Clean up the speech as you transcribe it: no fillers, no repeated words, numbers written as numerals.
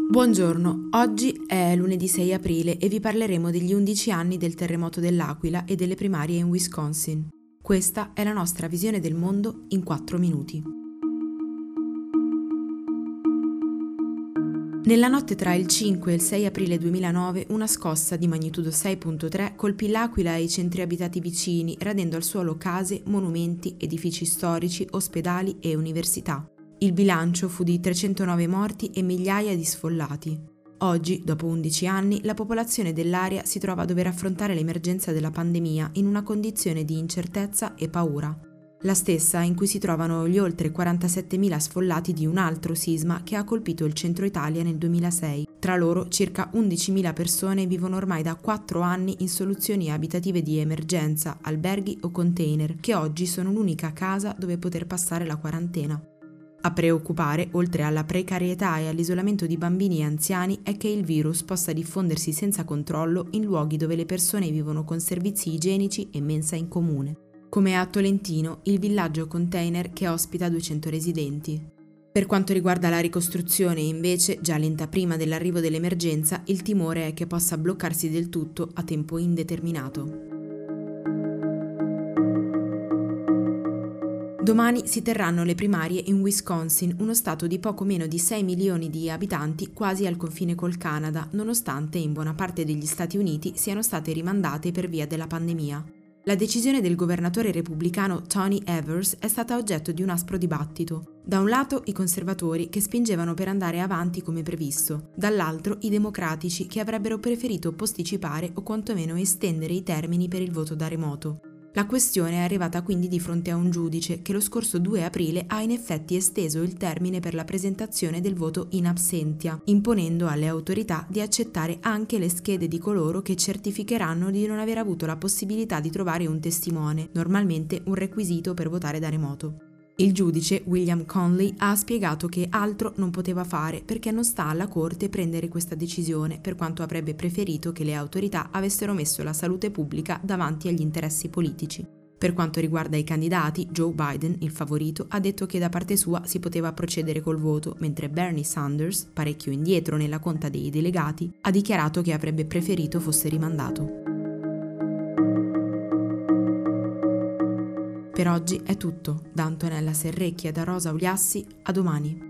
Buongiorno, oggi è lunedì 6 aprile e vi parleremo degli 11 anni del terremoto dell'Aquila e delle primarie in Wisconsin. Questa è la nostra visione del mondo in 4 minuti. Nella notte tra il 5 e il 6 aprile 2009 una scossa di magnitudo 6.3 colpì l'Aquila e i centri abitati vicini, radendo al suolo case, monumenti, edifici storici, ospedali e università. Il bilancio fu di 309 morti e migliaia di sfollati. Oggi, dopo 11 anni, la popolazione dell'area si trova a dover affrontare l'emergenza della pandemia in una condizione di incertezza e paura. La stessa in cui si trovano gli oltre 47.000 sfollati di un altro sisma che ha colpito il centro Italia nel 2006. Tra loro circa 11.000 persone vivono ormai da 4 anni in soluzioni abitative di emergenza, alberghi o container, che oggi sono l'unica casa dove poter passare la quarantena. A preoccupare, oltre alla precarietà e all'isolamento di bambini e anziani, è che il virus possa diffondersi senza controllo in luoghi dove le persone vivono con servizi igienici e mensa in comune, come a Tolentino, il villaggio container che ospita 200 residenti. Per quanto riguarda la ricostruzione, invece, già lenta prima dell'arrivo dell'emergenza, il timore è che possa bloccarsi del tutto a tempo indeterminato. Domani si terranno le primarie in Wisconsin, uno stato di poco meno di 6 milioni di abitanti quasi al confine col Canada, nonostante in buona parte degli Stati Uniti siano state rimandate per via della pandemia. La decisione del governatore repubblicano Tony Evers è stata oggetto di un aspro dibattito. Da un lato i conservatori che spingevano per andare avanti come previsto, dall'altro i democratici che avrebbero preferito posticipare o quantomeno estendere i termini per il voto da remoto. La questione è arrivata quindi di fronte a un giudice che lo scorso 2 aprile ha in effetti esteso il termine per la presentazione del voto in absentia, imponendo alle autorità di accettare anche le schede di coloro che certificheranno di non aver avuto la possibilità di trovare un testimone, normalmente un requisito per votare da remoto. Il giudice, William Conley, ha spiegato che altro non poteva fare perché non sta alla Corte prendere questa decisione, per quanto avrebbe preferito che le autorità avessero messo la salute pubblica davanti agli interessi politici. Per quanto riguarda i candidati, Joe Biden, il favorito, ha detto che da parte sua si poteva procedere col voto, mentre Bernie Sanders, parecchio indietro nella conta dei delegati, ha dichiarato che avrebbe preferito fosse rimandato. Per oggi è tutto. Da Antonella Serrecchia e da Rosa Uliassi, a domani.